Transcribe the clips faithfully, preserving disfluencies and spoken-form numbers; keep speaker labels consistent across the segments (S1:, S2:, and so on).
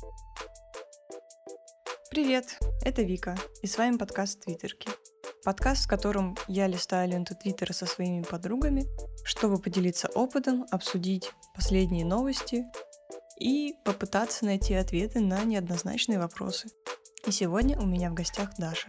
S1: Привет, это Вика, и с вами подкаст «Твиттерки». Подкаст, в котором я листаю ленту Твиттера со своими подругами, чтобы поделиться опытом, обсудить последние новости и попытаться найти ответы на неоднозначные вопросы. И сегодня у меня в гостях Даша.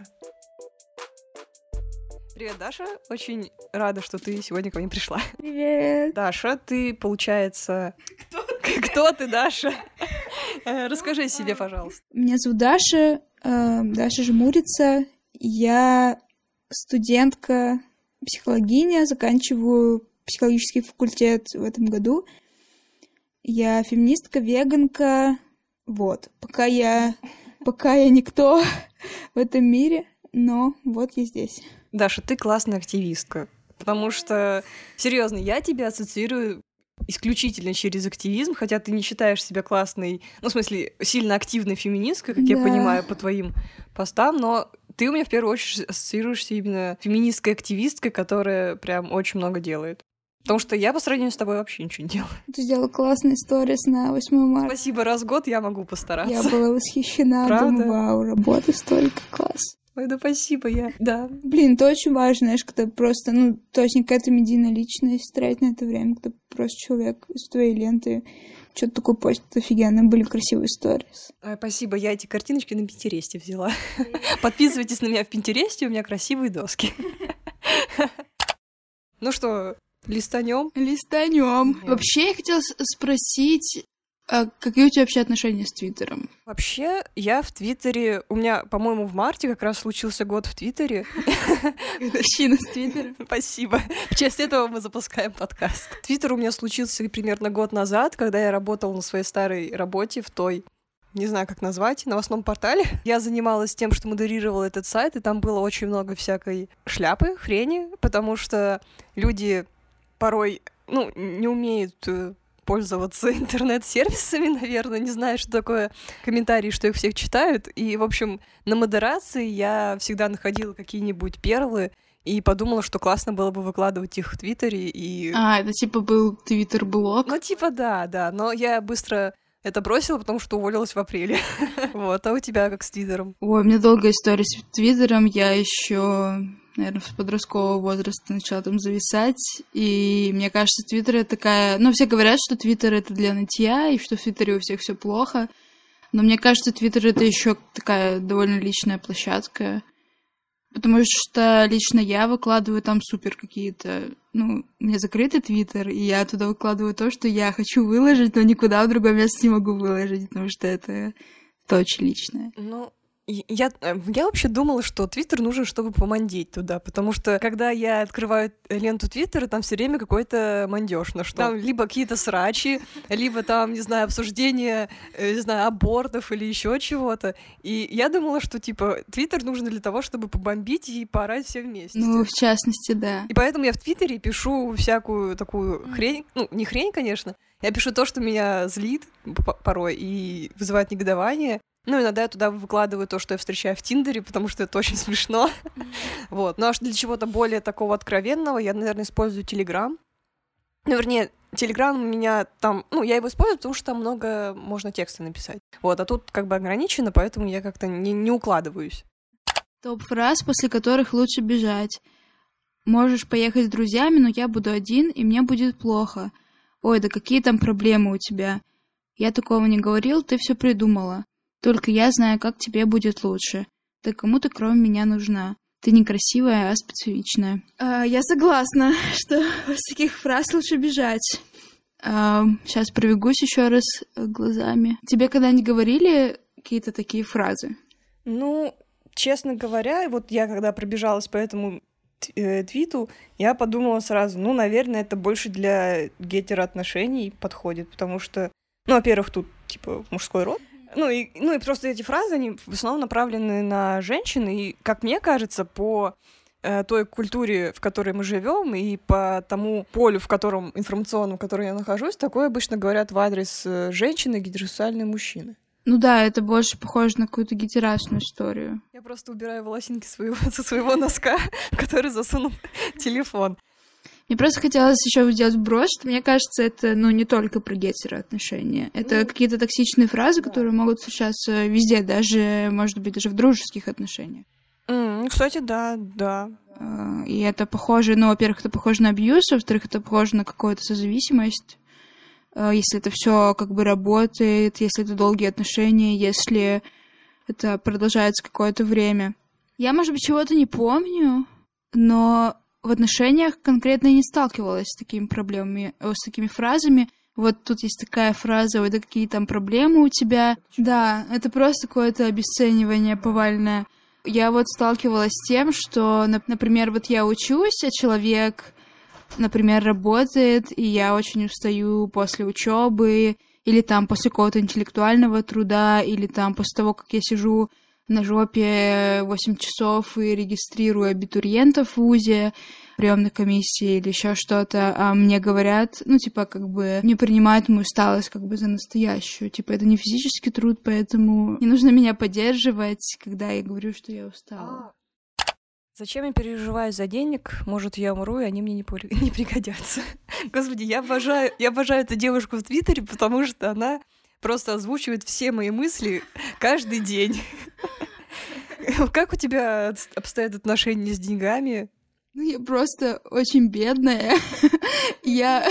S1: Привет, Даша. Очень рада, что ты сегодня ко мне пришла.
S2: Привет.
S1: Даша, ты, получается... Кто ты? Кто ты, Даша? Расскажи о себе, пожалуйста.
S2: Меня зовут Даша, э, Даша Жмурица. Я студентка психологиня, заканчиваю психологический факультет в этом году. Я феминистка, веганка. Вот. Пока я, пока я никто в этом мире, но вот я здесь.
S1: Даша, ты классная активистка, потому что, серьезно, я тебя ассоциирую исключительно через активизм, хотя ты не считаешь себя классной, ну, в смысле, сильно активной феминисткой, как
S2: да.
S1: я понимаю по твоим постам, но ты у меня в первую очередь ассоциируешься именно феминистской активисткой, которая прям очень много делает. Потому что я по сравнению с тобой вообще ничего не делаю.
S2: Ты сделала классный сторис на восьмое марта.
S1: Спасибо, раз в год я могу постараться.
S2: Я была восхищена,
S1: Правда?
S2: Думаю, вау, работа столько, класс.
S1: Ой, да спасибо, я, да.
S2: Блин, это очень важно, знаешь, когда просто, ну, то есть не какая-то медийная личность тратить на это время, когда просто человек из твоей ленты что-то такое постит офигенно, были красивые сторис.
S1: Ой, спасибо, я эти картиночки на Пинтересте взяла. Подписывайтесь на меня в Пинтересте, у меня красивые доски. Ну что, листанем?
S2: Листанем. Вообще, я хотела спросить, а какие у тебя вообще отношения с Твиттером?
S1: Вообще, я в Твиттере... У меня, по-моему, в марте как раз случился год в Твиттере.
S2: Годовщина с Твиттером.
S1: Спасибо. В честь этого мы запускаем подкаст. Твиттер у меня случился примерно год назад, когда я работала на своей старой работе в той, не знаю, как назвать, новостном портале. Я занималась тем, что модерировала этот сайт, и там было очень много всякой шляпы, хрени, потому что люди порой, ну, не умеют пользоваться интернет-сервисами, наверное, не знаю, что такое комментарии, что их всех читают. И, в общем, на модерации я всегда находила какие-нибудь перлы и подумала, что классно было бы выкладывать их в Твиттере. И...
S2: А, это типа был Твиттер-блог?
S1: Ну, типа да, да, но я быстро это бросила, потому что уволилась в апреле. Вот, а у тебя как с Твиттером?
S2: Ой, у меня долгая история с Твиттером, я еще... наверное, с подросткового возраста начала там зависать, и мне кажется, Твиттер — это такая... Ну, все говорят, что Твиттер — это для нытья, и что в Твиттере у всех все плохо, но мне кажется, Твиттер — это еще такая довольно личная площадка, потому что лично я выкладываю там супер какие-то... Ну, у меня закрытый Твиттер, и я туда выкладываю то, что я хочу выложить, но никуда в другое место не могу выложить, потому что это, это очень личное.
S1: Ну... Я, я вообще думала, что Твиттер нужен, чтобы помандить туда, потому что, когда я открываю ленту Твиттера, там все время какой-то мандёж, на что там либо какие-то срачи, либо там, не знаю, обсуждение, не знаю, абортов или еще чего-то. И я думала, что, типа, Твиттер нужен для того, чтобы побомбить и поорать все вместе.
S2: Ну, в частности, да.
S1: И поэтому я в Твиттере пишу всякую такую хрень, ну, не хрень, конечно, я пишу то, что меня злит порой и вызывает негодование. Ну, иногда я туда выкладываю то, что я встречаю в Тиндере, потому что это очень смешно. Вот. Ну, а для чего-то более такого откровенного я, наверное, использую Телеграм. Ну, вернее, Телеграм у меня там... Ну, я его использую, потому что там много можно текста написать. Вот. А тут как бы ограничено, поэтому я как-то не, не укладываюсь.
S2: Топ фраз, после которых лучше бежать. Можешь поехать с друзьями, но я буду один, и мне будет плохо. Ой, да какие там проблемы у тебя? Я такого не говорил, ты все придумала. Только я знаю, как тебе будет лучше. Ты кому-то кроме меня нужна. Ты некрасивая, а специфичная. А, я согласна, что с таких фраз лучше бежать. А, сейчас пробегусь еще раз глазами. Тебе когда-нибудь говорили какие-то такие фразы?
S1: Ну, честно говоря, вот я когда пробежалась по этому э, твиту, я подумала сразу, ну, наверное, это больше для гетероотношений подходит, потому что, ну, во-первых, тут, типа, мужской род. Ну и, ну и просто эти фразы, они в основном направлены на женщин, и, как мне кажется, по э, той культуре, в которой мы живем, и по тому полю, в котором информационном, в котором я нахожусь, такое обычно говорят в адрес женщины и гетеросексуальные мужчины.
S2: Ну да, это больше похоже на какую-то гетерасную историю.
S1: Я просто убираю волосинки своего, со своего носка, в который засунул телефон.
S2: Мне просто хотелось еще сделать вброс, что мне кажется, это, ну, не только про гетероотношения. Это ну, какие-то токсичные фразы, да. которые могут случаться везде, даже, может быть, даже в дружеских отношениях.
S1: Mm, кстати, да, да.
S2: И это похоже, ну, во-первых, это похоже на абьюз, во-вторых, это похоже на какую-то созависимость. Если это все как бы работает, если это долгие отношения, если это продолжается какое-то время. Я, может быть, чего-то не помню, но в отношениях конкретно не сталкивалась с такими проблемами, с такими фразами. Вот тут есть такая фраза, вот какие там проблемы у тебя. Да, это просто какое-то обесценивание повальное. Я вот сталкивалась с тем, что, например, вот я учусь, а человек, например, работает, и я очень устаю после учебы, или там после какого-то интеллектуального труда, или там после того, как я сижу на жопе восемь часов и регистрирую абитуриентов в вузе, приемной комиссии или еще что-то, а мне говорят, ну, типа, как бы не принимают мою усталость как бы за настоящую. Типа, это не физический труд, поэтому не нужно меня поддерживать, когда я говорю, что я устала.
S1: Зачем я переживаю за денег? Может, я умру, и они мне не, при... не пригодятся. Господи, я обожаю, я обожаю эту девушку в Твиттере, потому что она просто озвучивает все мои мысли каждый день. Как у тебя обстоят отношения с деньгами?
S2: Ну, я просто очень бедная. Я...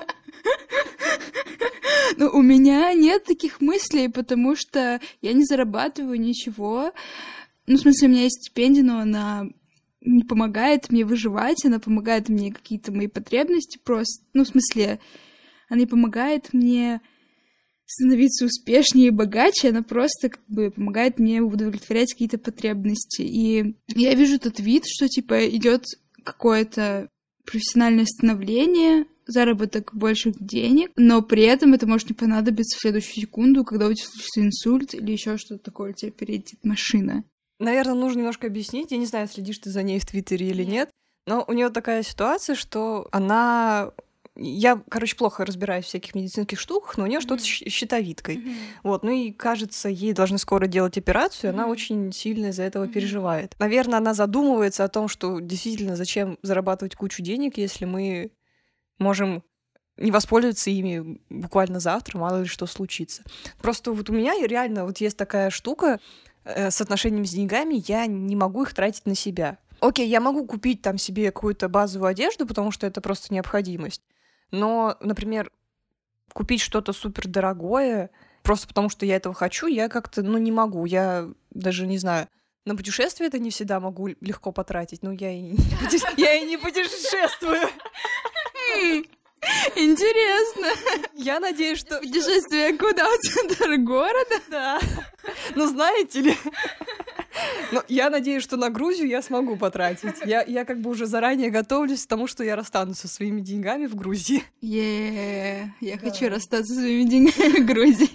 S2: Ну, у меня нет таких мыслей, потому что я не зарабатываю ничего. Ну, в смысле, у меня есть стипендия, но она не помогает мне выживать, она помогает мне какие-то мои потребности просто... Ну, в смысле, она не помогает мне становиться успешнее и богаче, она просто как бы помогает мне удовлетворять какие-то потребности. И я вижу этот вид, что, типа, идет какое-то профессиональное становление, заработок больших денег, но при этом это может не понадобиться в следующую секунду, когда у тебя случится инсульт или еще что-то такое, у тебя переедет машина.
S1: Наверное, нужно немножко объяснить. Я не знаю, следишь ты за ней в Твиттере или нет, но у нее такая ситуация, что она... Я, короче, плохо разбираюсь в всяких медицинских штуках, но у нее mm-hmm. что-то с щитовидкой. Mm-hmm. Вот, ну и кажется, ей должны скоро делать операцию, mm-hmm. она очень сильно из-за этого mm-hmm. переживает. Наверное, она задумывается о том, что действительно зачем зарабатывать кучу денег, если мы можем не воспользоваться ими буквально завтра, мало ли что случится. Просто вот у меня реально вот есть такая штука э, с отношением с деньгами, я не могу их тратить на себя. Окей, я могу купить там себе какую-то базовую одежду, потому что это просто необходимость. Но, например, купить что-то супердорогое, просто потому что я этого хочу, я как-то, ну, не могу. Я даже, не знаю, на путешествие это не всегда могу легко потратить. Ну, я и не, путеше... я и не путешествую.
S2: Интересно.
S1: Я надеюсь, что...
S2: Путешествие куда? В центр города?
S1: Да. Ну, знаете ли... Но я надеюсь, что на Грузию я смогу потратить. Я, я как бы уже заранее готовлюсь к тому, что я расстанусь со своими деньгами в Грузии.
S2: Е-е-е, я да. хочу расстаться со своими деньгами в Грузии.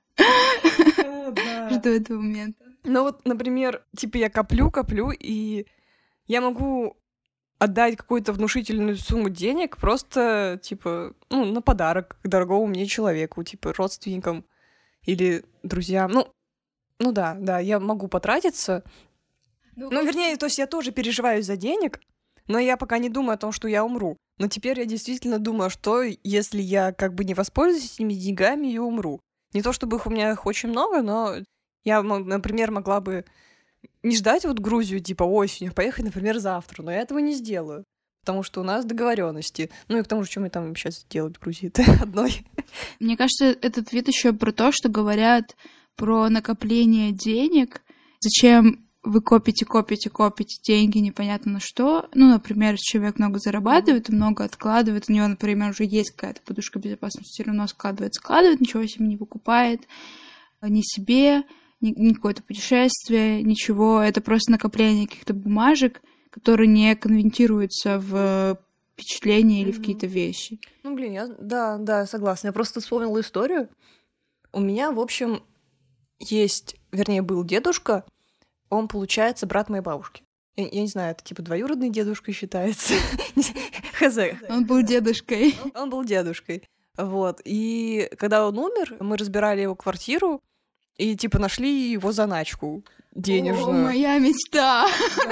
S1: Да.
S2: Жду этого момента.
S1: Ну вот, например, типа я коплю, коплю, и я могу отдать какую-то внушительную сумму денег просто, типа, ну, на подарок к дорогому мне человеку, типа, родственникам или друзьям. Ну, Ну да, да, я могу потратиться. Ну, ну, вернее, то есть я тоже переживаю за денег, но я пока не думаю о том, что я умру. Но теперь я действительно думаю, что если я как бы не воспользуюсь этими деньгами и умру. Не то чтобы их у меня их очень много, но я, например, могла бы не ждать вот Грузию типа осенью, поехать, например, завтра, но я этого не сделаю. Потому что у нас договоренности. Ну и к тому же, что мы там сейчас делать в Грузии-то одной.
S2: Мне кажется, этот вид еще про то, что говорят про накопление денег. Зачем вы копите, копите, копите деньги непонятно на что? Ну, например, если человек много зарабатывает и много откладывает, у него, например, уже есть какая-то подушка безопасности, все равно складывает, складывает, ничего себе не покупает, ни себе, ни, ни какое-то путешествие, ничего. Это просто накопление каких-то бумажек, которые не конвертируются в впечатления или mm-hmm. в какие-то вещи.
S1: Ну, блин, я, да, да, согласна. Я просто вспомнила историю. У меня, в общем, есть, вернее, был дедушка, он, получается, брат моей бабушки. Я, я не знаю, это типа двоюродный дедушка считается. Хз.
S2: Он был дедушкой.
S1: Он был дедушкой. Вот. И когда он умер, мы разбирали его квартиру, и, типа, нашли его заначку денежную.
S2: О, моя мечта!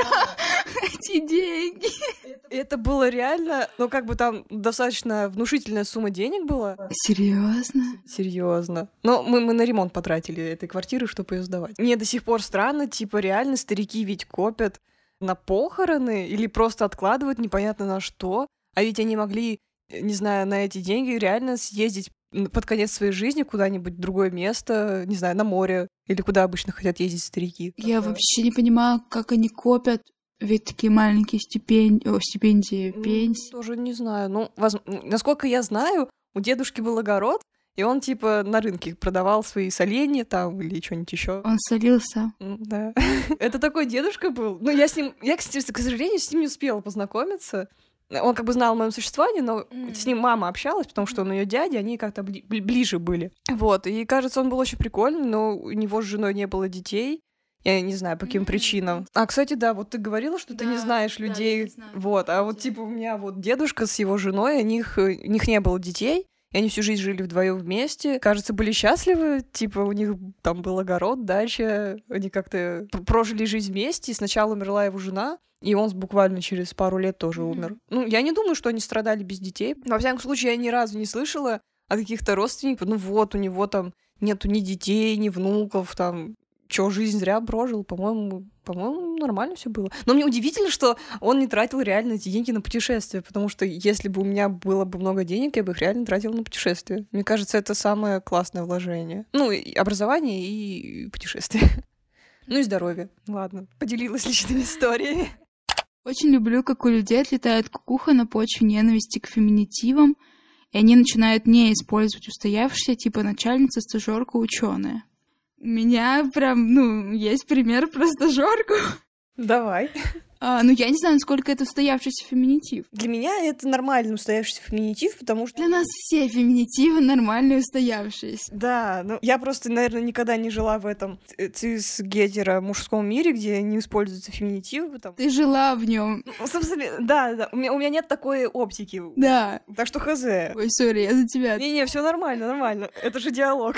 S2: Эти деньги!
S1: Это было реально, ну, как бы там достаточно внушительная сумма денег была.
S2: Серьезно?
S1: Серьезно. Но мы, мы на ремонт потратили этой квартиры, чтобы ее сдавать. Мне до сих пор странно, типа, реально старики ведь копят на похороны или просто откладывают непонятно на что. А ведь они могли, не знаю, на эти деньги реально съездить под конец своей жизни куда-нибудь в другое место, не знаю, на море, или куда обычно хотят ездить старики.
S2: Я вообще не понимаю, как они копят. Ведь такие маленькие стипендии, о, стипендии, пенсии.
S1: Ну, тоже не знаю. Ну, воз... насколько я знаю, у дедушки был огород, и он, типа, на рынке продавал свои соленья там или что-нибудь еще.
S2: Он солился.
S1: Да. Это такой дедушка был. Ну, я с ним... Я, кстати, к сожалению, с ним не успела познакомиться. Он как бы знал о моем существовании, но mm. с ним мама общалась, потому что он ее дядя, они как-то бли- ближе были. Вот, и, кажется, он был очень прикольный, но у него с женой не было детей. Я не знаю, по каким mm-hmm. причинам. А, кстати, да, вот ты говорила, что да, ты не знаешь людей. Да, не знаю, вот, а вот, типа, у меня вот дедушка с его женой, у них, у них не было детей, и они всю жизнь жили вдвоем вместе. Кажется, были счастливы, типа, у них там был огород, дача, они как-то прожили жизнь вместе, и сначала умерла его жена, и он буквально через пару лет тоже mm-hmm. умер. Ну, я не думаю, что они страдали без детей. Во всяком случае, я ни разу не слышала от каких-то родственников, ну вот, у него там нету ни детей, ни внуков, там, чё, жизнь зря прожил, по-моему, по-моему, нормально все было. Но мне удивительно, что он не тратил реально эти деньги на путешествия, потому что если бы у меня было бы много денег, я бы их реально тратила на путешествия. Мне кажется, это самое классное вложение. Ну, и образование, и путешествия. Ну и здоровье. Ладно, поделилась личными историями.
S2: Очень люблю, как у людей отлетает кукуха на почве ненависти к феминитивам, и они начинают не использовать устоявшиеся, типа начальница, стажёрка, ученая. У меня прям, ну, есть пример про стажёрку.
S1: Давай.
S2: А, ну, я не знаю, насколько это устоявшийся феминитив.
S1: Для меня это нормальный устоявшийся феминитив, потому что...
S2: Для нас все феминитивы нормальные устоявшиеся.
S1: Да, ну, я просто, наверное, никогда не жила в этом цис-гетеро мужском мире, где не используются феминитивы. Потому...
S2: Ты жила в нем.
S1: Ну, собственно, да, да, у меня, у меня нет такой оптики.
S2: Да.
S1: Так что хз.
S2: Ой, сори, я за тебя.
S1: Не-не, все нормально, нормально. Это же диалог.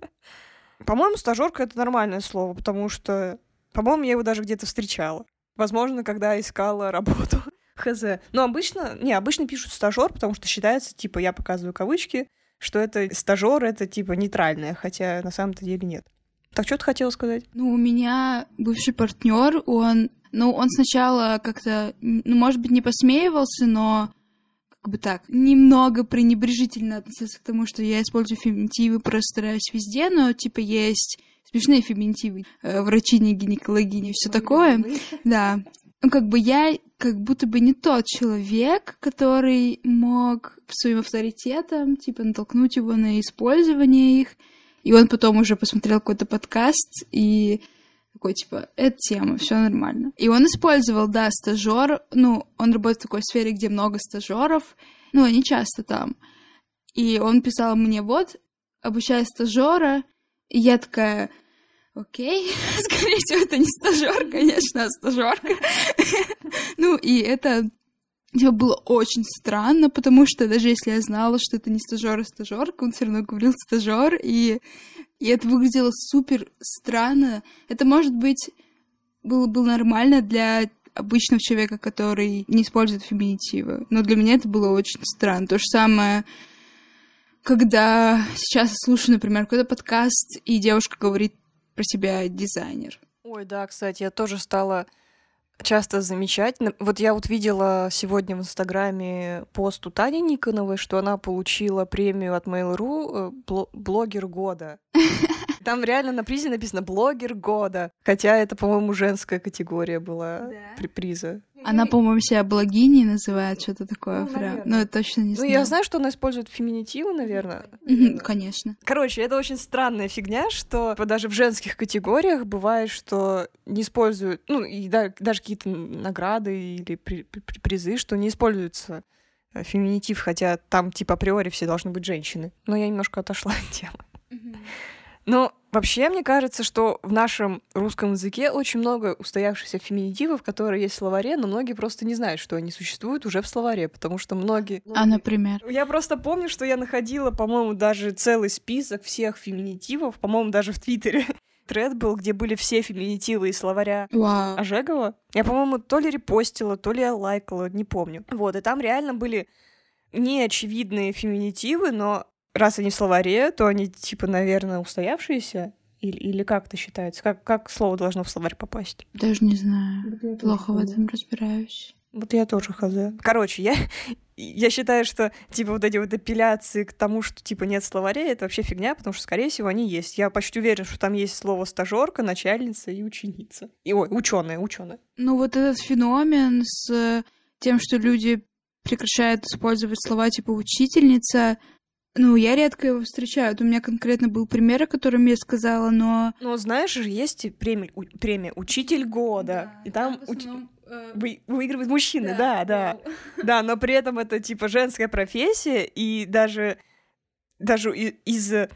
S1: По-моему, стажёрка — это нормальное слово, потому что, по-моему, я его даже где-то встречала. Возможно, когда искала работу. Хз. Но обычно... Не, обычно пишут стажёр, потому что считается, типа, я показываю кавычки, что это стажёр, это, типа, нейтральное, хотя на самом-то деле нет. Так что ты хотела сказать?
S2: Ну, у меня бывший партнер, он... Ну, он сначала как-то, ну, может быть, не посмеивался, но... как бы так, немного пренебрежительно относился к тому, что я использую феминитивы, просто стараюсь везде, но, типа, есть смешные феминитивы, э, врачиня, гинекологиня, все такое. Да. Ну, как бы я как будто бы не тот человек, который мог своим авторитетом, типа, натолкнуть его на использование их, и он потом уже посмотрел какой-то подкаст и такой, типа, это тема, все нормально. И он использовал, да, стажёр, ну, он работает в такой сфере, где много стажёров, ну, они часто там. И он писал мне, вот, обучаю стажёра, и я такая, окей, скорее всего, это не стажёр, конечно, а стажёрка. Ну, и это типа, было очень странно, потому что даже если я знала, что это не стажёр, а стажёрка, он все равно говорил стажёр, и И это выглядело супер странно. Это, может быть, было бы нормально для обычного человека, который не использует феминитивы. Но для меня это было очень странно. То же самое, когда сейчас я слушаю, например, какой-то подкаст, и девушка говорит про себя дизайнер.
S1: Ой, да, кстати, я тоже стала часто замечать. Вот я вот видела сегодня в Инстаграме пост у Тани Никоновой, что она получила премию от Mail.ru «Блогер года». Там реально на призе написано «Блогер года». Хотя это, по-моему, женская категория была да. приза.
S2: Она, по-моему, себя блогиней называет, что-то такое. Ну, прям. Ну, я точно не знаю.
S1: Ну, я знаю, что она использует феминитивы, наверное.
S2: Mm-hmm, конечно.
S1: Короче, это очень странная фигня, что даже в женских категориях бывает, что не используют, ну, и да, даже какие-то награды или при, при, призы, что не используется феминитив, хотя там, типа, априори все должны быть женщины. Но я немножко отошла от темы. Mm-hmm. Но вообще, мне кажется, что в нашем русском языке очень много устоявшихся феминитивов, которые есть в словаре, но многие просто не знают, что они существуют уже в словаре, потому что многие...
S2: А, например?
S1: Я просто помню, что я находила, по-моему, даже целый список всех феминитивов, по-моему, даже в Твиттере. Тред был, где были все феминитивы из словаря
S2: Вау.
S1: Ожегова. Я, по-моему, то ли репостила, то ли я лайкала, не помню. Вот, и там реально были неочевидные феминитивы, но раз они в словаре, то они, типа, наверное, устоявшиеся. Или, или как это считается? Как, как слово должно в словарь попасть?
S2: Даже не знаю. Вот плохо в этом разбираюсь.
S1: Вот я тоже хз. Короче, я, я считаю, что, типа, вот эти вот апелляции к тому, что, типа, нет словаря, это вообще фигня, потому что, скорее всего, они есть. Я почти уверена, что там есть слово стажёрка, начальница и ученица. И, ой, ученая, ученая.
S2: Ну, вот этот феномен с тем, что люди прекращают использовать слова типа «учительница», ну, я редко его встречаю. Вот у меня конкретно был пример, о котором я сказала, но...
S1: Ну, знаешь же, есть премия, у, премия «Учитель года», да, и там...
S2: там основном, уч... э...
S1: Вы, выигрывают мужчины, да,
S2: да,
S1: да. Да. Да, но при этом это, типа, женская профессия, и даже, даже из... Э,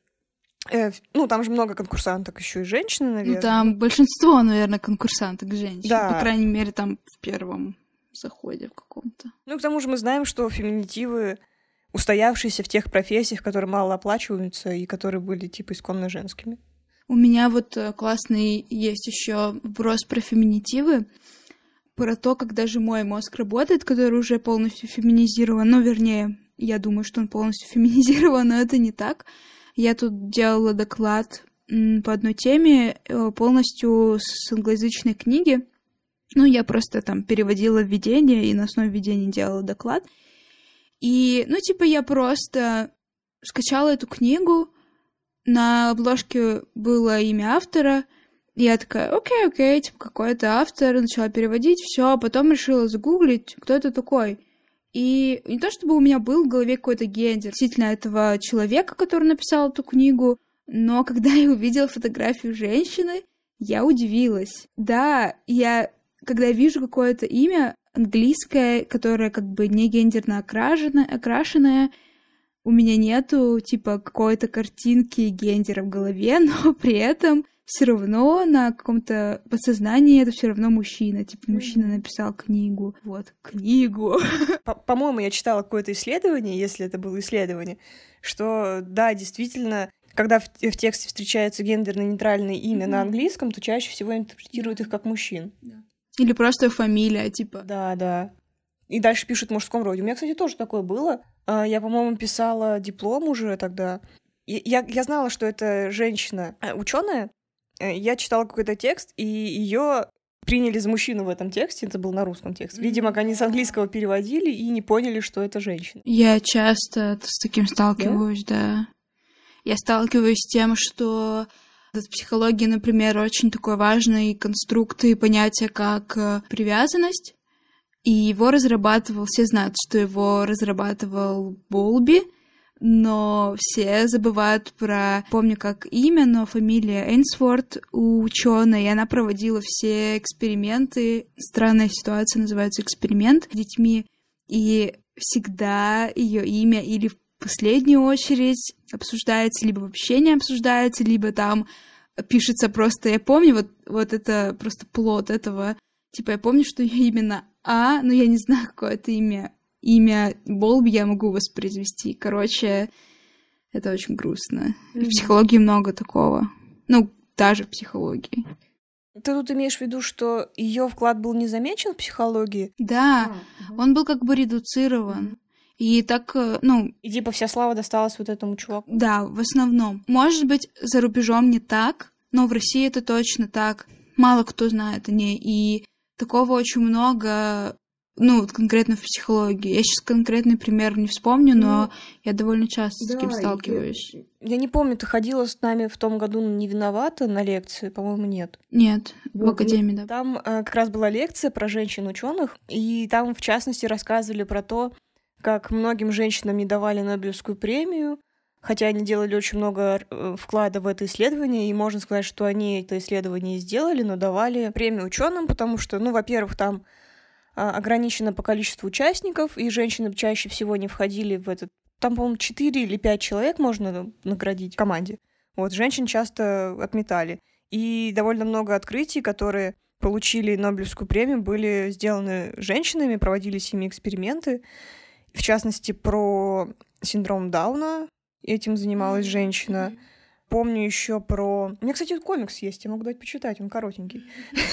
S1: ну, там же много конкурсанток еще и женщины, наверное.
S2: Ну, там большинство, наверное, конкурсанток женщин.
S1: Да.
S2: По крайней мере, там в первом заходе в каком-то.
S1: Ну, к тому же мы знаем, что феминитивы устоявшиеся в тех профессиях, которые мало оплачиваются и которые были, типа, исконно женскими.
S2: У меня вот классный есть еще вопрос про феминитивы, про то, как даже мой мозг работает, который уже полностью феминизирован. Ну, вернее, я думаю, что он полностью феминизирован, но это не так. Я тут делала доклад по одной теме полностью с англоязычной книги. Ну, я просто там переводила введение и на основе введения делала доклад. И, ну, типа, я просто скачала эту книгу, на обложке было имя автора, и я такая, окей, окей, типа, какой-то автор, начала переводить, все, потом решила загуглить, кто это такой. И не то чтобы у меня был в голове какой-то гендер относительно этого человека, который написал эту книгу, но когда я увидела фотографию женщины, я удивилась. Да, я, когда вижу какое-то имя английское, которое как бы не гендерно окрашенное, окрашенное, у меня нету, типа, какой-то картинки гендера в голове, но при этом все равно на каком-то подсознании это все равно мужчина. Типа, мужчина написал книгу. Вот, книгу.
S1: По-моему, я читала какое-то исследование, если это было исследование, что, да, действительно, когда в, в тексте встречается гендерно-нейтральное имя mm-hmm. на английском, то чаще всего интерпретируют их как мужчин.
S2: Yeah. Или просто фамилия, типа.
S1: Да, да. И дальше пишут в мужском роде. У меня, кстати, тоже такое было. Я, по-моему, писала диплом уже тогда. Я, я знала, что это женщина ученая. Я читала какой-то текст, и ее приняли за мужчину в этом тексте. Это был на русском тексте. Видимо, они с английского переводили и не поняли, что это женщина.
S2: Я часто с таким сталкиваюсь, да. да. Я сталкиваюсь с тем, что в психологии, например, очень такой важный конструкт и понятие, как привязанность. И его разрабатывал, все знают, что его разрабатывал Болби, но все забывают про, помню как имя, но фамилия Эйнсворт у ученой, и она проводила все эксперименты, странная ситуация, называется эксперимент с детьми, и всегда ее имя или в последнюю очередь обсуждается, либо вообще не обсуждается, либо там пишется просто, я помню, вот, вот это просто плод этого, типа я помню, что ее именно А, но я не знаю, какое это имя. Имя Болби я могу воспроизвести. Короче, это очень грустно. Mm-hmm. В психологии много такого. Ну, даже в психологии.
S1: Ты тут имеешь в виду, что ее вклад был не замечен в психологии?
S2: Да, mm-hmm. он был как бы редуцирован. Mm-hmm. И так, ну...
S1: И типа вся слава досталась вот этому чуваку?
S2: Да, в основном. Может быть, за рубежом не так, но в России это точно так. Мало кто знает о ней. И такого очень много, ну, конкретно в психологии. Я сейчас конкретный пример не вспомню, но ну, я довольно часто да, с таким сталкиваюсь.
S1: Я, я не помню, ты ходила с нами в том году «Не виновата» на лекции? По-моему, нет.
S2: Нет, вот, в академии, да.
S1: Там э, как раз была лекция про женщин-ученых, и там, в частности, рассказывали про то, как многим женщинам не давали Нобелевскую премию, хотя они делали очень много вклада в это исследование, и можно сказать, что они это исследование сделали, но давали премию ученым, потому что, ну, во-первых, там а, ограничено по количеству участников, и женщины чаще всего не входили в этот... Там, по-моему, четыре или пять человек можно наградить в команде. Вот, женщин часто отметали. И довольно много открытий, которые получили Нобелевскую премию, были сделаны женщинами, проводились ими эксперименты. В частности, про синдром Дауна этим занималась женщина. Помню еще про... У меня, кстати, комикс есть, я могу дать почитать, он коротенький.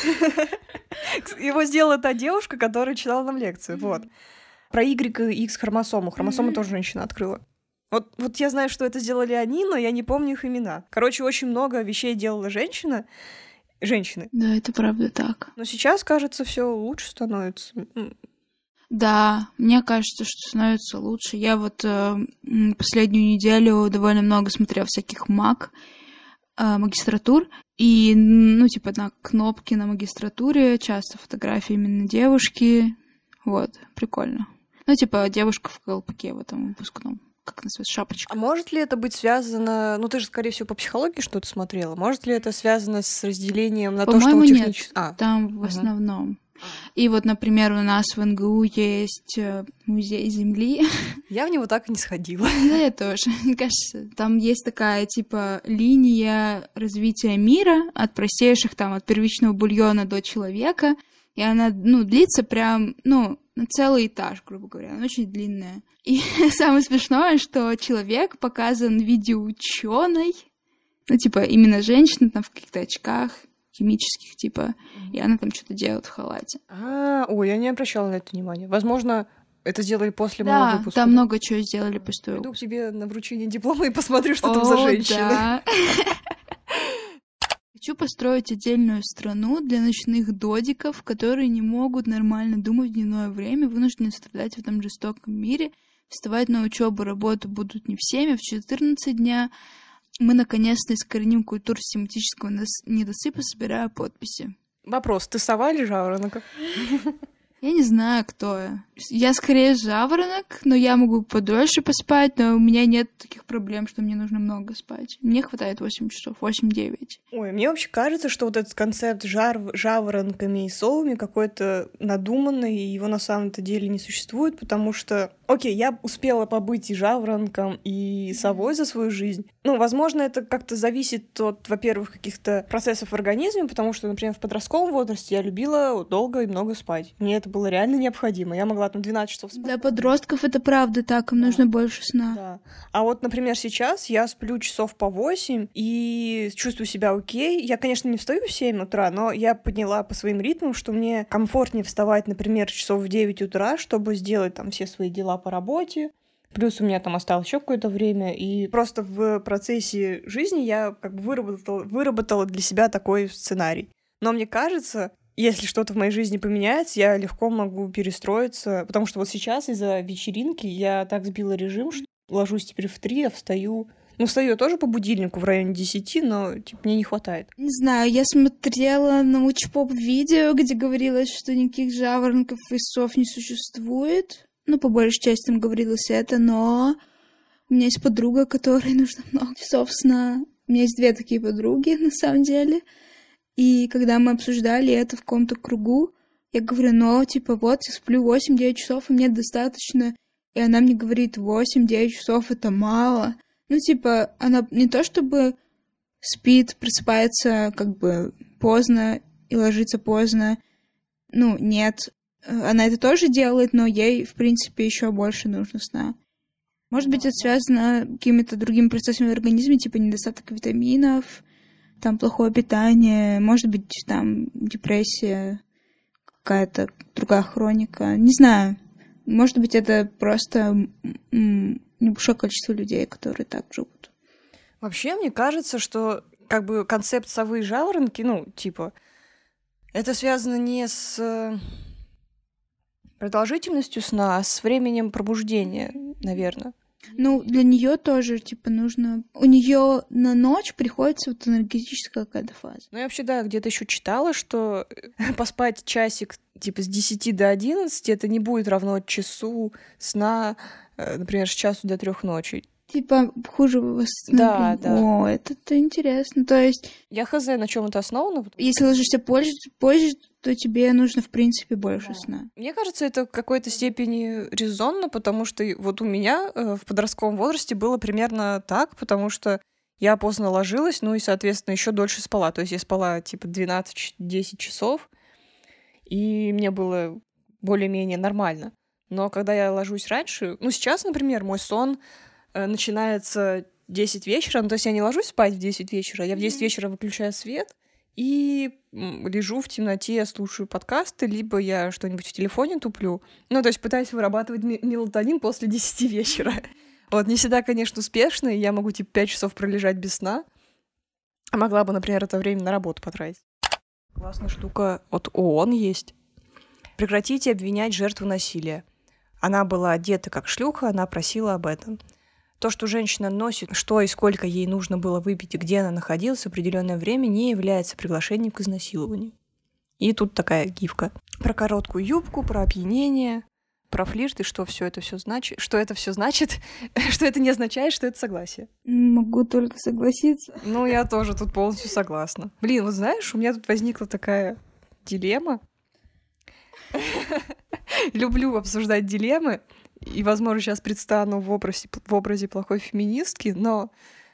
S1: Его сделала та девушка, которая читала нам лекцию, вот. Про Y и X хромосому. Хромосому тоже женщина открыла. Вот, вот я знаю, что это сделали они, но я не помню их имена. Короче, очень много вещей делала женщина, женщины.
S2: Да, это правда так.
S1: Но сейчас, кажется, все лучше становится.
S2: Да, мне кажется, что становится лучше. Я вот э, последнюю неделю довольно много смотрела всяких маг, э, магистратур, и, ну, типа, на кнопке на магистратуре часто фотографии именно девушки. Вот, прикольно. Ну, типа, девушка в колпаке в этом выпускном. Как называется, шапочка.
S1: А может ли это быть связано... Ну, ты же, скорее всего, по психологии что-то смотрела. Может ли это связано с разделением на то, что у технических...
S2: Нет, а. там в основном. И вот, например, у нас в эн гэ у есть музей Земли.
S1: Я в него так и не сходила.
S2: Да, я тоже. Мне кажется, там есть такая, типа, линия развития мира от простейших, там, от первичного бульона до человека. И она, ну, длится прям, ну, на целый этаж, грубо говоря. Она очень длинная. И самое смешное, что человек показан в виде ученой, ну, типа, именно женщина там в каких-то очках, химических, типа, и она там что-то делает в халате.
S1: А, ой, я не обращала на это внимания. Возможно, это сделали после
S2: да,
S1: моего выпуска.
S2: Да, там много чего сделали после того.
S1: Иду к тебе на вручение диплома и посмотрю, что там за женщина.
S2: Да. Хочу построить отдельную страну для ночных додиков, которые не могут нормально думать в дневное время, вынуждены страдать в этом жестоком мире. Вставать на учебу, работу будут не в семь, а в четырнадцать дня. Мы наконец-то искореним культуру систематического недосыпа, собирая подписи.
S1: Вопрос, ты сова или жаворонок?
S2: Я не знаю, кто я. Я скорее жаворонок, но я могу подольше поспать, но у меня нет таких проблем, что мне нужно много спать. Мне хватает восемь часов, восемь-девять.
S1: Ой, мне вообще кажется, что вот этот концепт жар... жаворонками и совами какой-то надуманный, и его на самом-то деле не существует, потому что, окей, я успела побыть и жаворонком, и совой за свою жизнь. Ну, возможно, это как-то зависит от, во-первых, каких-то процессов в организме, потому что, например, в подростковом возрасте я любила долго и много спать. Мне это было реально необходимо. Я могла там двенадцать часов спать.
S2: Для подростков это правда так, им да. нужно больше сна.
S1: Да. А вот, например, сейчас я сплю часов по восемь и чувствую себя окей. Я, конечно, не встаю в семь утра, но я подняла по своим ритмам, что мне комфортнее вставать, например, часов в девять утра, чтобы сделать там все свои дела по работе. Плюс у меня там осталось еще какое-то время, и просто в процессе жизни я как бы выработала, выработала для себя такой сценарий. Но мне кажется, если что-то в моей жизни поменяется, я легко могу перестроиться, потому что вот сейчас из-за вечеринки я так сбила режим, что ложусь теперь в три, а встаю... Ну, встаю я тоже по будильнику в районе десяти, но типа, мне не хватает.
S2: Не знаю, я смотрела научпоп видео, где говорилось, что никаких жаворонков и сов не существует. Ну, по большей части там говорилось это, но у меня есть подруга, которой нужно много часов сна. У меня есть две такие подруги, на самом деле. И когда мы обсуждали это в каком-то кругу, я говорю, ну, типа, вот, я сплю восемь-девять часов, и мне достаточно. И она мне говорит, восемь-девять часов — это мало. Ну, типа, она не то чтобы спит, просыпается как бы поздно и ложится поздно. Ну, нет. Она это тоже делает, но ей, в принципе, еще больше нужно сна. Может быть, это связано с какими-то другими процессами в организме, типа недостаток витаминов, там плохое питание, может быть, там депрессия, какая-то другая хроника. Не знаю. Может быть, это просто м- небольшое количество людей, которые так живут.
S1: Вообще, мне кажется, что как бы концепт совы и жаворонки, ну, типа, это связано не с продолжительностью сна, а с временем пробуждения, наверное.
S2: Ну, для нее тоже, типа, нужно... У нее на ночь приходится вот энергетическая какая-то фаза.
S1: Ну, я вообще, да, где-то еще читала, что поспать часик, типа, с десяти до одиннадцати, это не будет равно часу сна, например, с часу до трех ночи.
S2: Типа, хуже восстановления.
S1: Да, да.
S2: О, это интересно. То есть...
S1: Я хз, на чем это основано.
S2: Если ложишься позже, позже, то тебе нужно, в принципе, больше да. сна.
S1: Мне кажется, это в какой-то степени резонно, потому что вот у меня в подростковом возрасте было примерно так, потому что Я поздно ложилась, ну и, соответственно, еще дольше спала. То есть я спала типа двенадцать-десять часов, и мне было более-менее нормально. Но когда я ложусь раньше, ну сейчас, например, мой сон э, начинается в десять вечера, ну то есть я не ложусь спать в десять вечера, я в десять вечера выключаю свет и м, лежу в темноте, слушаю подкасты, либо я что-нибудь в телефоне туплю. Ну то есть пытаюсь вырабатывать ми- мелатонин после десяти вечера. Вот, не всегда, конечно, успешно, и я могу типа пять часов пролежать без сна. А могла бы, например, это время на работу потратить. Классная штука от ООН есть. Прекратите обвинять жертву насилия. Она была одета как шлюха, она просила об этом. То, что женщина носит, что и сколько ей нужно было выпить, и где она находилась в определенное время, не является приглашением к изнасилованию. И тут такая гифка. Про короткую юбку, про опьянение, про флирт и что все это все значит, что это все значит, что это не означает, что это согласие.
S2: Могу только согласиться.
S1: Ну, я тоже тут полностью согласна. Блин, вот знаешь, у меня тут возникла такая дилемма. Люблю обсуждать дилеммы, и, возможно, сейчас предстану в образе, в образе плохой феминистки, но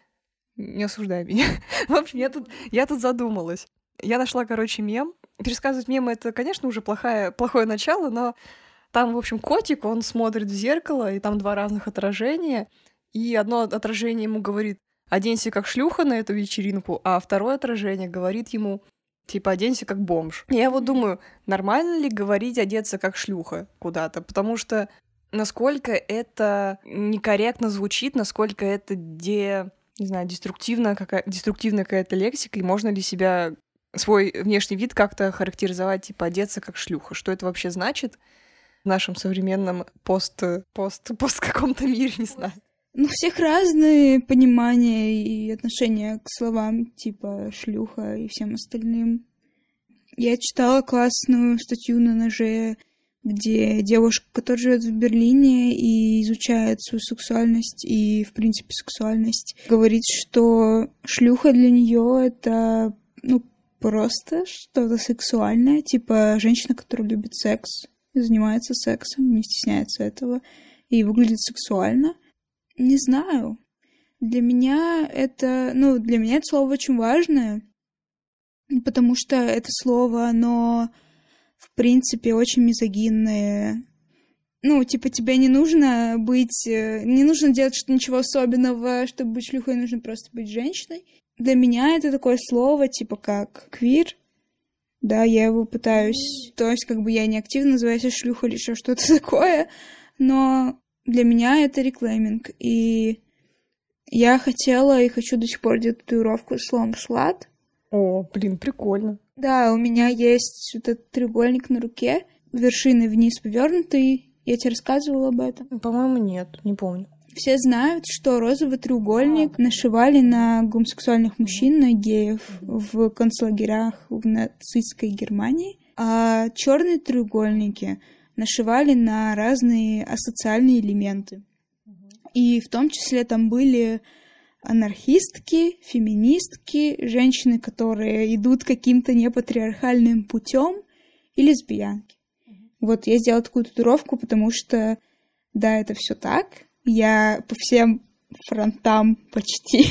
S1: не осуждай меня. В общем, я тут, я тут задумалась. Я нашла, короче, мем. Пересказывать мемы — это, конечно, уже плохое, плохое начало, но там, в общем, котик, он смотрит в зеркало, и там два разных отражения, и одно отражение ему говорит: «Оденься как шлюха на эту вечеринку», а второе отражение говорит ему: типа, оденься как бомж. Я вот думаю, нормально ли говорить одеться как шлюха куда-то, потому что насколько это некорректно звучит, насколько это де... не знаю, деструктивная, какая... деструктивная какая-то лексика, и можно ли себя, свой внешний вид как-то характеризовать, типа, одеться как шлюха. Что это вообще значит в нашем современном пост... пост... пост каком-то мире, не знаю.
S2: Ну, у всех разные понимания и отношения к словам, типа шлюха и всем остальным. Я читала классную статью на Ноже, где девушка, которая живет в Берлине и изучает свою сексуальность и, в принципе, сексуальность, говорит, что шлюха для нее это, ну, просто что-то сексуальное, типа женщина, которая любит секс, занимается сексом, не стесняется этого и выглядит сексуально. Не знаю. Для меня это, ну, для меня это слово очень важное, потому что это слово, оно, в принципе, очень мизогинное. Ну, типа, тебе не нужно быть... Не нужно делать что-то ничего особенного, чтобы быть шлюхой, нужно просто быть женщиной. Для меня это такое слово, типа, как квир. Да, я его пытаюсь... То есть, как бы, я не активно называю себя шлюхой или еще что-то такое, но для меня это реклейминг. И я хотела и хочу до сих пор делать татуировку с словом «слат».
S1: О, блин, прикольно.
S2: Да, у меня есть вот этот треугольник на руке, вершиной вниз повернутый. Я тебе рассказывала об этом?
S1: По-моему, нет, не помню.
S2: Все знают, что розовый треугольник нашивали на гомосексуальных мужчин, на геев в концлагерях в нацистской Германии, а черные треугольники нашивали на разные асоциальные элементы. И в том числе там были анархистки, феминистки, женщины, которые идут каким-то непатриархальным путем, и лесбиянки. Вот я сделала такую татуировку, потому что, да, это все так. Я по всем фронтам почти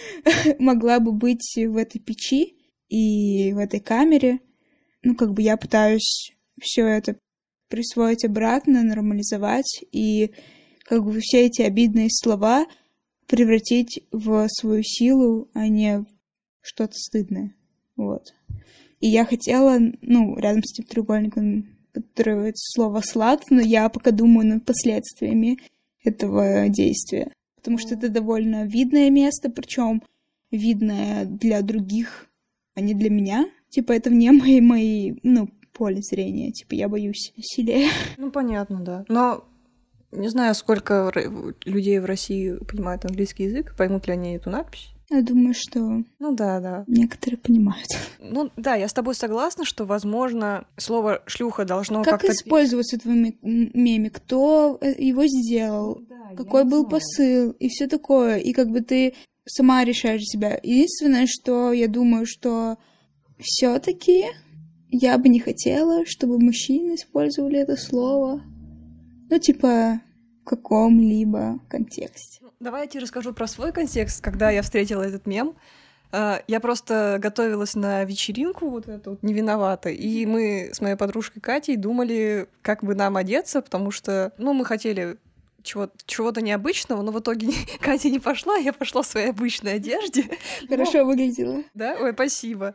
S2: могла бы быть в этой печи и в этой камере. Ну, как бы я пытаюсь все это присвоить обратно, нормализовать и как бы все эти обидные слова превратить в свою силу, а не в что-то стыдное. Вот. И я хотела, ну, рядом с этим треугольником подстроить слово «слад», но я пока думаю над последствиями этого действия. Потому что это довольно видное место, причем видное для других, а не для меня. Типа, это вне моей, моей, ну, поле зрения. Типа, я боюсь насилия.
S1: Ну, понятно, да. Но не знаю, сколько людей в России понимают английский язык, поймут ли они эту надпись.
S2: Я думаю, что...
S1: Ну да, да.
S2: Некоторые понимают.
S1: Ну да, я с тобой согласна, что, возможно, слово «шлюха» должно
S2: как
S1: как-то...
S2: Как использоваться в твоем меме? Кто его сделал? Да, какой был посыл? И все такое. И как бы ты сама решаешь себя. Единственное, что я думаю, что все таки я бы не хотела, чтобы мужчины использовали это слово. Ну, типа, в каком-либо контексте.
S1: Давай я тебе расскажу про свой контекст, когда я встретила этот мем. Я просто готовилась на вечеринку, вот эту вот «Не виновата», и мы с моей подружкой Катей думали, как бы нам одеться, потому что, ну, мы хотели чего-то, чего-то необычного, но в итоге Катя не пошла, я пошла в своей обычной одежде.
S2: Хорошо выглядела.
S1: Да? Ой, спасибо.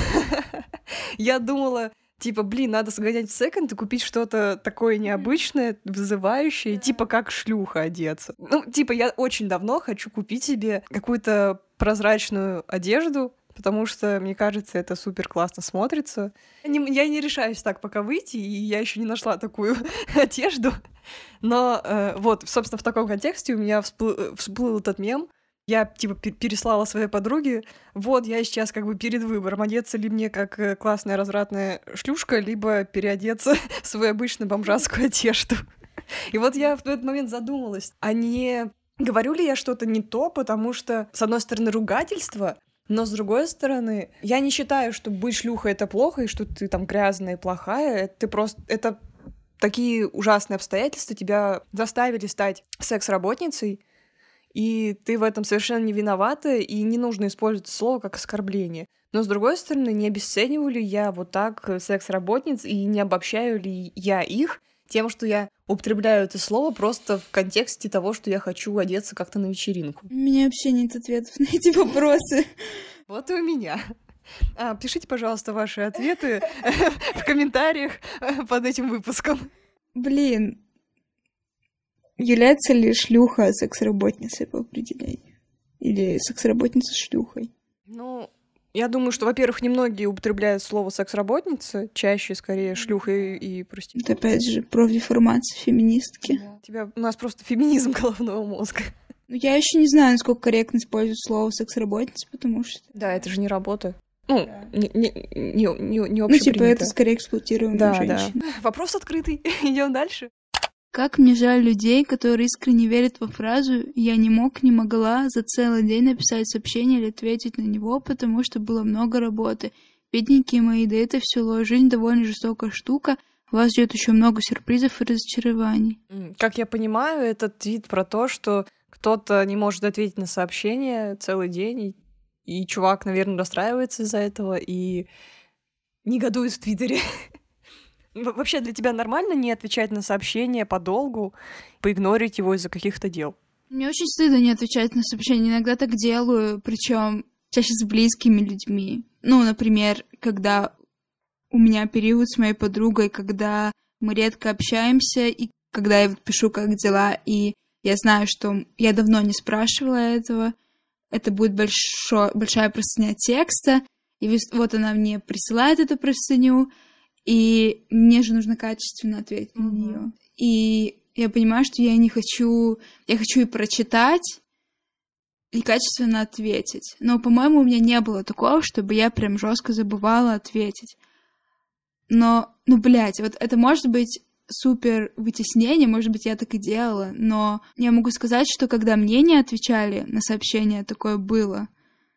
S1: Я думала, типа, блин, надо сгонять в секонд и купить что-то такое необычное, вызывающее, типа как шлюха одеться. Ну, типа, я очень давно хочу купить себе какую-то прозрачную одежду, потому что, мне кажется, это супер классно смотрится. Я не, я не решаюсь так пока выйти, и я еще не нашла такую одежду. Но э, вот, собственно, в таком контексте у меня всплыл, всплыл этот мем. Я, типа, переслала своей подруге, вот, я сейчас как бы перед выбором, одеться ли мне как классная развратная шлюшка, либо переодеться в свою обычную бомжатскую одежду. И вот я в этот момент задумалась, а не говорю ли я что-то не то, потому что, с одной стороны, ругательство, но с другой стороны, я не считаю, что быть шлюхой — это плохо, и что ты там грязная и плохая, ты просто... это такие ужасные обстоятельства тебя заставили стать секс-работницей, и ты в этом совершенно не виновата, и не нужно использовать слово как оскорбление. Но, с другой стороны, не обесцениваю ли я вот так секс-работниц, и не обобщаю ли я их тем, что я употребляю это слово просто в контексте того, что я хочу одеться как-то на вечеринку.
S2: У меня вообще нет ответов на эти вопросы.
S1: Вот и у меня. А, пишите, пожалуйста, ваши ответы в комментариях под этим выпуском.
S2: Блин, является ли шлюха секс-работницей по определению? Или секс-работница с шлюхой?
S1: Ну, я думаю, что, во-первых, немногие употребляют слово секс-работница, чаще, скорее, шлюха и, и проститутка.
S2: Это, опять же, профдеформация феминистки.
S1: Да. Тебя, у нас просто феминизм головного мозга.
S2: Ну, я еще не знаю, насколько корректно использовать слово секс-работница, потому что...
S1: Да, это же не работа. Ну, да. не, не, не, не, не
S2: Ну, типа, это скорее эксплуатируемая
S1: да,
S2: женщина.
S1: Да. Вопрос открытый. Идем дальше.
S2: Как мне жаль людей, которые искренне верят во фразу «я не мог, не могла» за целый день написать сообщение или ответить на него, потому что было много работы. Бедненькие мои, да это все ложь. Жизнь довольно жестокая штука. Вас ждет еще много сюрпризов и разочарований.
S1: Как я понимаю, этот твит про то, что кто-то не может ответить на сообщение целый день, и, и чувак, наверное, расстраивается из-за этого и негодует в Твиттере. Вообще для тебя нормально не отвечать на сообщения подолгу, поигнорить его из-за каких-то дел?
S2: Мне очень стыдно не отвечать на сообщения. Иногда так делаю, причем чаще с близкими людьми. Ну, например, когда у меня период с моей подругой, когда мы редко общаемся, и когда я пишу «как дела», и я знаю, что я давно не спрашивала этого, это будет большо, большая простыня текста, и вот она мне присылает эту простыню, и мне же нужно качественно ответить mm-hmm. на нее. И я понимаю, что я не хочу... Я хочу и прочитать, и качественно ответить. Но, по-моему, у меня не было такого, чтобы я прям жестко забывала ответить. Но, ну, блядь, вот это может быть супер вытеснение, может быть, я так и делала, но я могу сказать, что когда мне не отвечали на сообщения, такое было,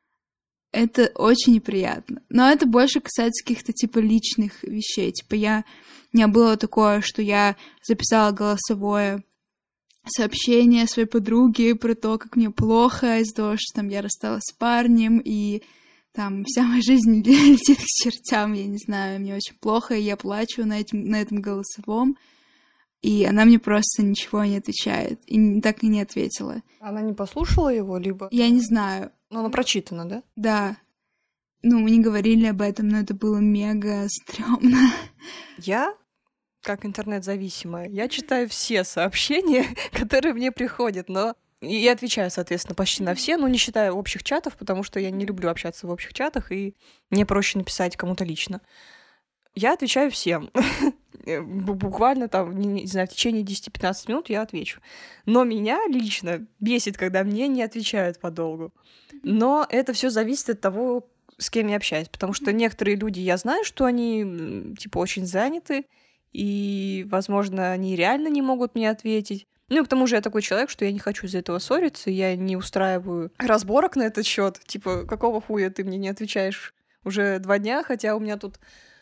S2: это очень неприятно. Но это больше касается каких-то, типа, личных вещей. Типа, я... У меня было такое, что я записала голосовое сообщение своей подруге про то, как мне плохо из-за того, что там я рассталась с парнем, и там вся моя жизнь летит к чертям, я не знаю, мне очень плохо, и я плачу на, этим, на этом голосовом. И она мне просто ничего не отвечает. И так и не ответила.
S1: Она не послушала его, либо...
S2: Я не знаю.
S1: Но она прочитана, да?
S2: Да. Ну, мы не говорили об этом, но это было мега стрёмно.
S1: Я, как интернет-зависимая, я читаю все сообщения, которые мне приходят, но... И я отвечаю, соответственно, почти на все, но не считая общих чатов, потому что я не люблю общаться в общих чатах, и мне проще написать кому-то лично. Я отвечаю всем. Буквально там, не знаю, в течение десять-пятнадцать минут я отвечу. Но меня лично бесит, когда мне не отвечают подолгу. Но это все зависит от того, с кем я общаюсь. Потому что некоторые люди, я знаю, что они, типа, очень заняты, и, возможно, они реально не могут мне ответить. Ну и к тому же я такой человек, что я не хочу из-за этого ссориться, я не устраиваю разборок на этот счет. Типа, какого хуя ты мне не отвечаешь уже два дня, хотя у меня тут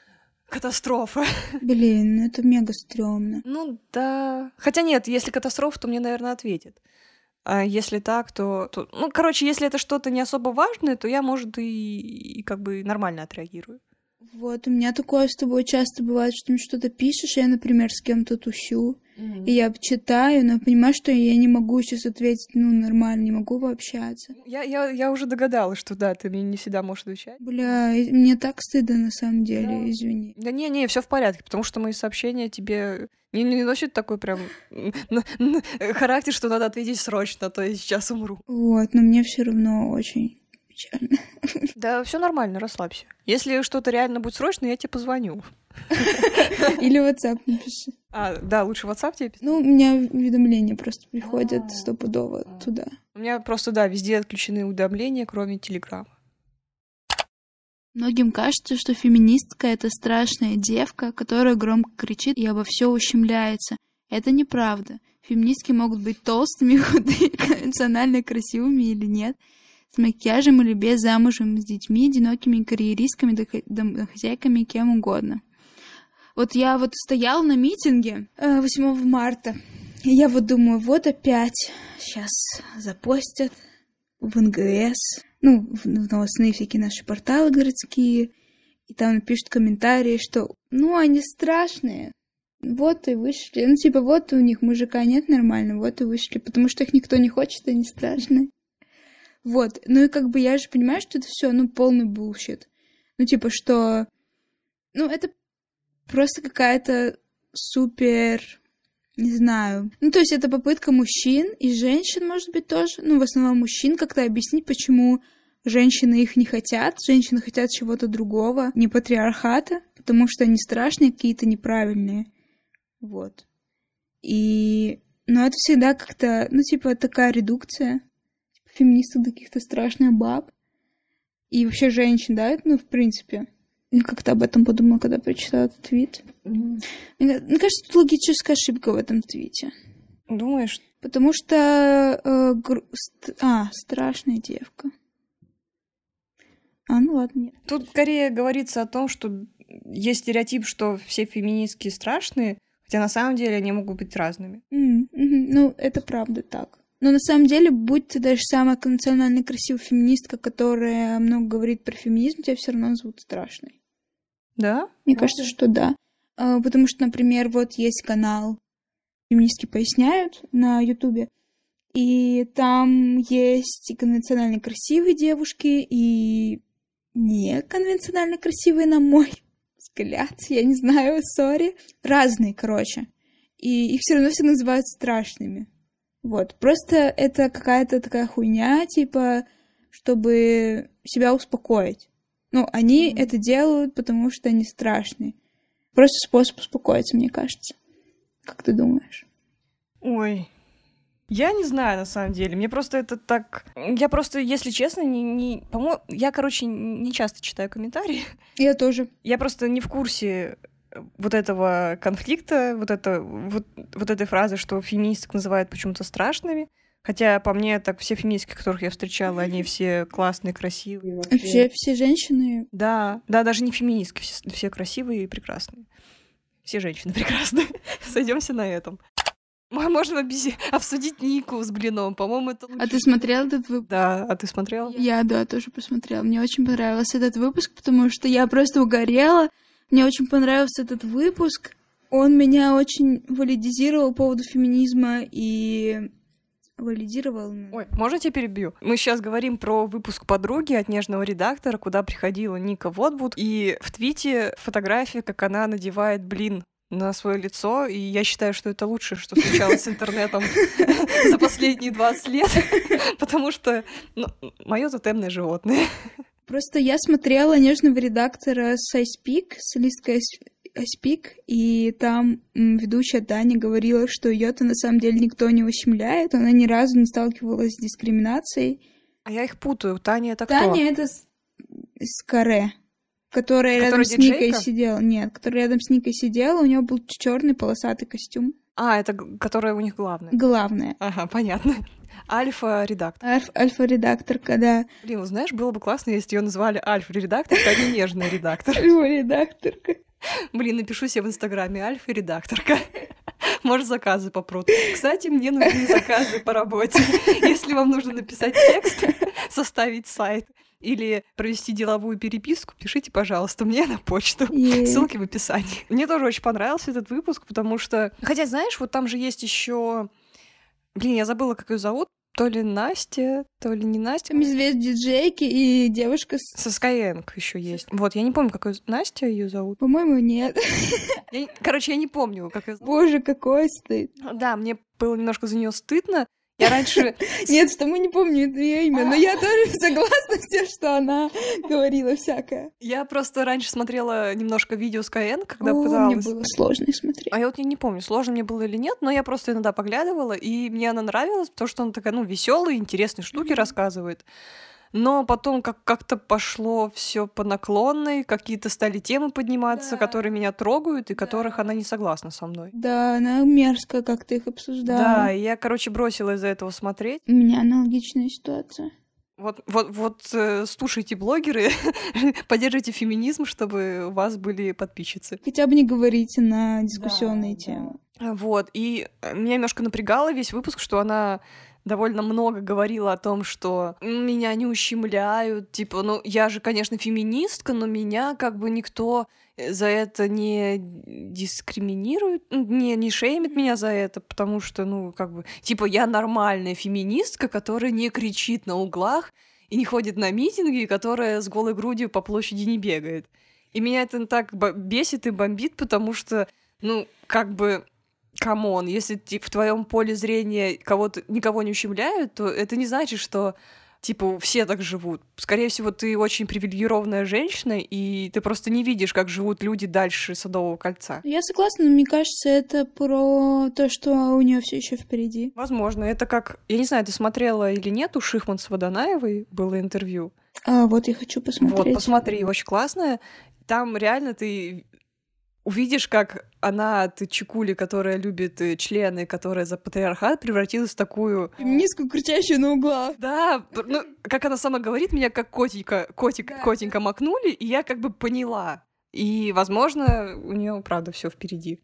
S1: Катастрофа.
S2: Блин, ну это мега стрёмно.
S1: Ну да. Хотя нет, если катастрофа, то мне, наверное, ответят. А если так, то, то... Ну, короче, если это что-то не особо важное, то я, может, и, и как бы нормально отреагирую.
S2: Вот, у меня такое с тобой часто бывает, что ты мне что-то пишешь, я, например, с кем-то тусю, mm-hmm. и я читаю, но понимаю, что я не могу сейчас ответить, ну, нормально, не могу пообщаться.
S1: Я, я, я уже догадалась, что да, ты мне не всегда можешь отвечать.
S2: Бля, мне так стыдно, на самом деле,
S1: да.
S2: Извини.
S1: Да не-не, все в порядке, потому что мои сообщения тебе не, не носят такой прям характер, что надо ответить срочно, то я сейчас умру.
S2: Вот, но мне все равно очень... печально.
S1: Да, все нормально, расслабься. Если что-то реально будет срочно, я тебе позвоню.
S2: Или WhatsApp напиши.
S1: А, да, лучше WhatsApp тебе писать.
S2: Ну, у меня уведомления просто приходят стопудово туда.
S1: У меня просто, да, везде отключены уведомления, кроме Телеграма.
S2: Многим кажется, что феминистка — это страшная девка, которая громко кричит и обо все ущемляется. Это неправда. Феминистки могут быть толстыми, худыми, конвенционально красивыми или нет, с макияжем или без, замужем, с детьми, одинокими карьеристками, домохозяйками, кем угодно. Вот я вот стояла на митинге восьмого марта, и я вот думаю, вот опять сейчас запостят в эн гэ эс, ну, в новостные всякие наши порталы городские, и там напишут комментарии, что, ну, они страшные, вот и вышли. Ну, типа, вот у них мужика нет нормально, вот и вышли, потому что их никто не хочет, они страшные. Вот, ну и как бы я же понимаю, что это все, ну, полный булщит. Ну, типа, что... Ну, это просто какая-то супер... Не знаю. Ну, то есть это попытка мужчин и женщин, может быть, тоже. Ну, в основном мужчин как-то объяснить, почему женщины их не хотят. Женщины хотят чего-то другого, не патриархата, потому что они страшные, какие-то неправильные. Вот. И... Ну, это всегда как-то... Ну, типа, такая редукция. Феминистов до каких-то страшных баб. И вообще женщин, да, ну, в принципе. Я как-то об этом подумала, когда прочитала этот твит. Mm-hmm. Мне, мне кажется, тут логическая ошибка в этом твите.
S1: Думаешь?
S2: Потому что... Э, гру... ст... А, страшная девка. А, ну ладно, нет.
S1: Тут скорее говорится о том, что есть стереотип, что все феминистки страшные, хотя на самом деле они могут быть разными.
S2: Mm-hmm. Mm-hmm. Ну, это правда так. Но на самом деле, будь ты даже самая конвенционально красивая феминистка, которая много говорит про феминизм, тебя все равно зовут страшной.
S1: Да?
S2: Мне
S1: да.
S2: кажется, что да. А, потому что, например, вот есть канал «Феминистки поясняют» на Ютубе, и там есть и конвенционально красивые девушки, и не конвенционально красивые, на мой взгляд, я не знаю, сори. Разные, короче. И их все равно все называют страшными. Вот, просто это какая-то такая хуйня, типа, чтобы себя успокоить. Ну, они mm-hmm. это делают, потому что они страшные. Просто способ успокоиться, мне кажется. Как ты думаешь?
S1: Ой, я не знаю, на самом деле. Мне просто это так... Я просто, если честно, не... не... По-моему, я, короче, не часто читаю комментарии.
S2: Я тоже.
S1: Я просто не в курсе... вот этого конфликта, вот, это, вот, вот этой фразы, что феминисток называют почему-то страшными. Хотя, по мне, так все феминистки, которых я встречала, они все классные, красивые.
S2: Вообще, вообще все женщины...
S1: Да, да, даже не феминистки, все, все красивые и прекрасные. Все женщины прекрасные. Сойдемся на этом. Можно обсудить Нику с блином, по-моему, это лучше.
S2: А ты смотрел этот выпуск?
S1: Да, а ты смотрела?
S2: Я, да, тоже посмотрела. Мне очень понравился этот выпуск, потому что я просто угорела. Мне очень понравился этот выпуск. Он меня очень валидизировал по поводу феминизма и валидировал.
S1: Ой, можно я тебя перебью? Мы сейчас говорим про выпуск «Подруги» от нежного редактора, куда приходила Ника Вотвуд, и в твите фотография, как она надевает блин на свое лицо, и я считаю, что это лучшее, что случалось с интернетом за последние двадцать лет, потому что мое тотемное животное.
S2: Просто я смотрела нежного редактора с iSpeak, с листкой iSpeak, и там ведущая Таня говорила, что ее-то на самом деле никто не ущемляет, она ни разу не сталкивалась с дискриминацией.
S1: А я их путаю. Таня — это кто?
S2: Таня — это с Каре, которая рядом с Никой сидела. Нет, которая рядом с Никой сидела, у нее был черный полосатый костюм.
S1: А, это которая у них главная?
S2: Главная.
S1: Ага, понятно. Альфа-редактор.
S2: Альф, альфа-редакторка, да.
S1: Блин, знаешь, было бы классно, если ее назвали альфа-редакторка, а не нежная редактор.
S2: Альфа-редакторка.
S1: Блин, напишу себе в Инстаграме альфа-редакторка. Может, заказы попрут. Кстати, мне нужны заказы по работе. Если вам нужно написать текст, составить сайт или провести деловую переписку, пишите, пожалуйста, мне на почту. Yeah. Ссылки в описании. Мне тоже очень понравился этот выпуск, потому что... Хотя, знаешь, вот там же есть еще... Блин, я забыла, как ее зовут. То ли Настя, то ли не Настя.
S2: Там известные диджейки и девушка с...
S1: Со Skyeng еще есть. Вот, я не помню, как ее... Настя ее зовут.
S2: По-моему, нет.
S1: Я... Короче, я не помню, как ее зовут.
S2: Боже, какой стыд.
S1: Да, мне было немножко за нее стыдно. Я раньше...
S2: Нет, что мы не помним ее имя, но я тоже согласна с тем, что она говорила всякое.
S1: Я просто раньше смотрела немножко видео Skyeng, когда
S2: О,
S1: пыталась...
S2: мне было сложно их смотреть.
S1: А я вот не, не помню, сложно мне было или нет, но я просто иногда поглядывала, и мне она нравилась, потому что она такая, ну, веселая, интересные штуки mm-hmm. рассказывает. Но потом как- как-то пошло все по наклонной, какие-то стали темы подниматься, да. которые меня трогают и да. которых она не согласна со мной.
S2: Да, она мерзко как-то их обсуждала.
S1: Да, и я, короче, бросила из-за этого смотреть.
S2: У меня аналогичная ситуация.
S1: Вот, вот, вот э, слушайте блогеры, поддержите феминизм, чтобы у вас были подписчицы.
S2: Хотя бы не говорите на дискуссионные да, темы.
S1: Да. Вот, и меня немножко напрягало весь выпуск, что она довольно много говорила о том, что меня не ущемляют, типа, ну, я же, конечно, феминистка, но меня как бы никто за это не дискриминирует, не, не шеймит меня за это, потому что, ну, как бы, типа, я нормальная феминистка, которая не кричит на углах и не ходит на митинги, и которая с голой грудью по площади не бегает. И меня это так бесит и бомбит, потому что, ну, как бы... Камон, если типа, в твоем поле зрения кого-то, никого не ущемляют, то это не значит, что типа все так живут. Скорее всего, ты очень привилегированная женщина, и ты просто не видишь, как живут люди дальше Садового кольца.
S2: Я согласна, но мне кажется, это про то, что у нее все еще впереди.
S1: Возможно, это как... Я не знаю, ты смотрела или нет, у Шихман с Водонаевой было интервью.
S2: А, вот я хочу посмотреть.
S1: Вот, посмотри, очень классное. Там реально ты... увидишь, как она от Чикули, которая любит члены, которая за патриархат, превратилась в такую...
S2: Феминистку, кричащую на углах.
S1: Да, ну, как она сама говорит, меня как котика, котик, да, котенька да. макнули, и я как бы поняла. И, возможно, у нее правда все впереди.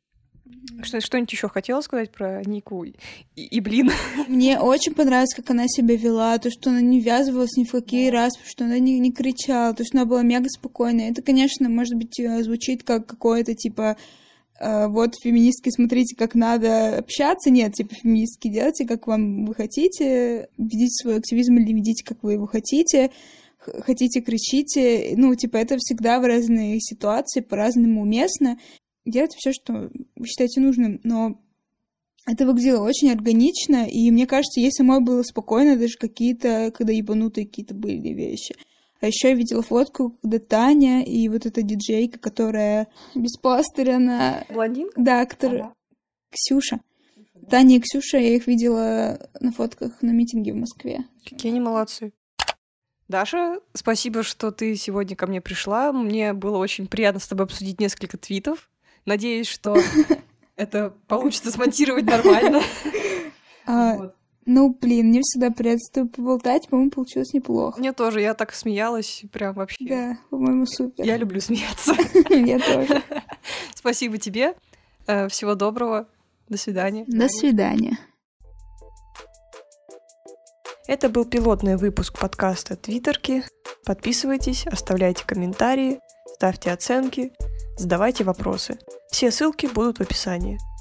S1: Что, что-нибудь еще хотела сказать про Нику и, и блин?
S2: Мне очень понравилось, как она себя вела, то, что она не ввязывалась ни в какие распри, что она не, не кричала, то, что она была мега спокойная. Это, конечно, может быть, звучит как какое-то, типа, э, вот, феминистки, смотрите, как надо общаться. Нет, типа, феминистки, делайте, как вам вы хотите, ведите свой активизм или ведите, как вы его хотите. Хотите, кричите. Ну, типа, это всегда в разные ситуации по-разному уместно. Делайте все, что вы считаете нужным, но это выглядело очень органично, и мне кажется, ей самой было спокойно, даже какие-то, когда ебанутые какие-то были вещи. А еще я видела фотку, когда Таня и вот эта диджейка, которая без пластыря на...
S1: Блондинка?
S2: Да, которая... Ага. Ксюша. Таня и Ксюша, я их видела на фотках на митинге в Москве.
S1: Какие они молодцы. Даша, спасибо, что ты сегодня ко мне пришла. Мне было очень приятно с тобой обсудить несколько твитов. Надеюсь, что это получится смонтировать нормально.
S2: А, ну, блин, мне всегда приятно с тобой поболтать, по-моему, получилось неплохо.
S1: Мне тоже, я так смеялась, прям вообще.
S2: Да, по-моему, супер.
S1: Я люблю смеяться.
S2: Я тоже.
S1: Спасибо тебе, всего доброго, до свидания.
S2: До свидания.
S1: Это был пилотный выпуск подкаста «Твиттерки». Подписывайтесь, оставляйте комментарии, ставьте оценки, задавайте вопросы. Все ссылки будут в описании.